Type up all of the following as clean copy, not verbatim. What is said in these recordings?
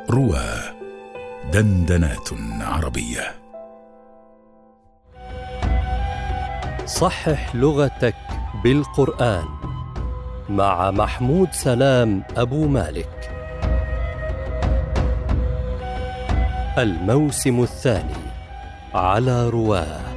روى دندنات عربية. صحح لغتك بالقرآن مع محمود سلام أبو مالك. الموسم الثاني على رواه.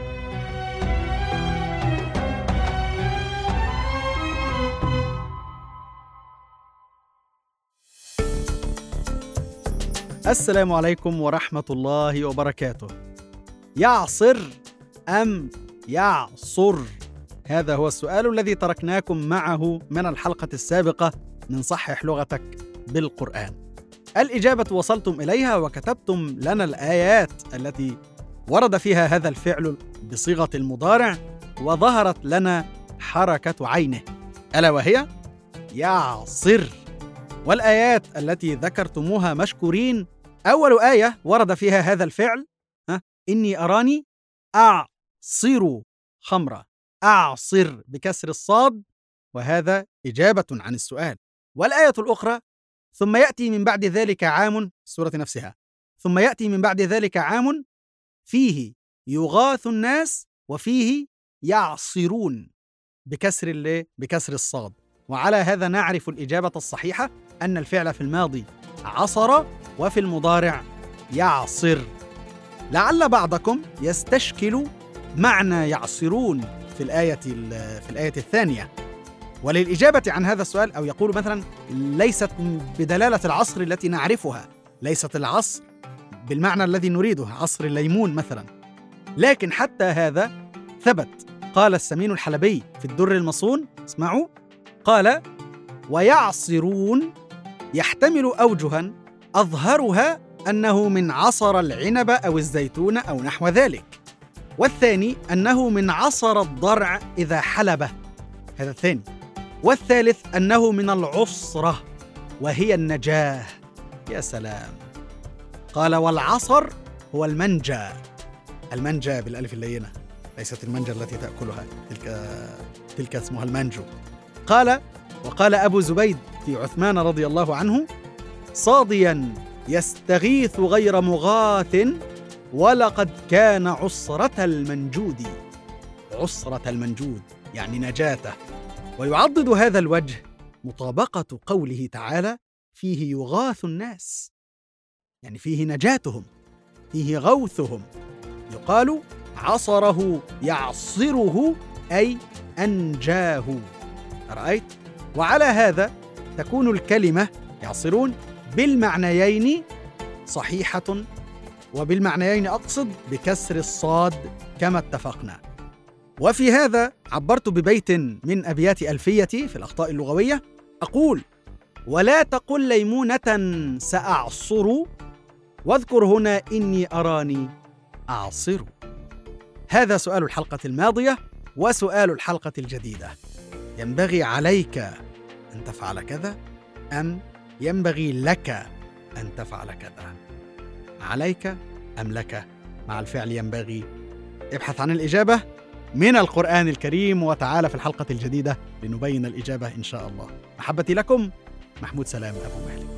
السلام عليكم ورحمة الله وبركاته. يعصر أم يعصر؟ هذا هو السؤال الذي تركناكم معه من الحلقة السابقة من صحح لغتك بالقرآن. الإجابة وصلتم إليها وكتبتم لنا الآيات التي ورد فيها هذا الفعل بصيغة المضارع وظهرت لنا حركة عينه ألا وهي يعصر. والآيات التي ذكرتموها مشكورين، أول آية ورد فيها هذا الفعل إني أراني أعصر خمرة، أعصر بكسر الصاد، وهذا إجابة عن السؤال. والآية الأخرى ثم يأتي من بعد ذلك عام، السورة نفسها، ثم يأتي من بعد ذلك عام فيه يغاث الناس وفيه يعصرون بكسر الصاد. وعلى هذا نعرف الإجابة الصحيحة أن الفعل في الماضي عصر وفي المضارع يعصر. لعل بعضكم يستشكل معنى يعصرون في الآية الثانية، وللإجابة عن هذا السؤال أو يقول مثلا ليست بدلالة العصر التي نعرفها، ليست العصر بالمعنى الذي نريده، عصر الليمون مثلا، لكن حتى هذا ثبت. قال السمين الحلبي في الدر المصون، اسمعوا، قال ويعصرون يحتمل أوجها أظهرها أنه من عصر العنب أو الزيتون أو نحو ذلك، والثاني أنه من عصر الضرع إذا حلبه، هذا الثاني، والثالث أنه من العصرة وهي النجاه. يا سلام. قال والعصر هو المنجى بالألف اللينة، ليست المنجى التي تأكلها، تلك اسمها المنجو. وقال أبو زبيد في عثمان رضي الله عنه صاديا يستغيث غير مغاث ولقد كان عصرة المنجود يعني نجاته. ويعضد هذا الوجه مطابقة قوله تعالى فيه يغاث الناس، يعني فيه نجاتهم، فيه غوثهم. يقال عصره يعصره أي أنجاه. رأيت؟ وعلى هذا تكون الكلمة يعصرون بالمعنيين صحيحة، وبالمعنيين أقصد بكسر الصاد كما اتفقنا. وفي هذا عبرت ببيت من أبيات ألفيتي في الأخطاء اللغوية، أقول ولا تقل ليمونة سأعصر واذكر هنا إني أراني أعصر. هذا سؤال الحلقة الماضية وسؤال الحلقة الجديدة. ينبغي عليك أن تفعل كذا أم ينبغي لك أن تفعل كذا؟ عليك أم لك مع الفعل ينبغي؟ ابحث عن الإجابة من القرآن الكريم وتعال في الحلقة الجديدة لنبين الإجابة إن شاء الله. محبتي لكم، محمود سلام أبو مالك.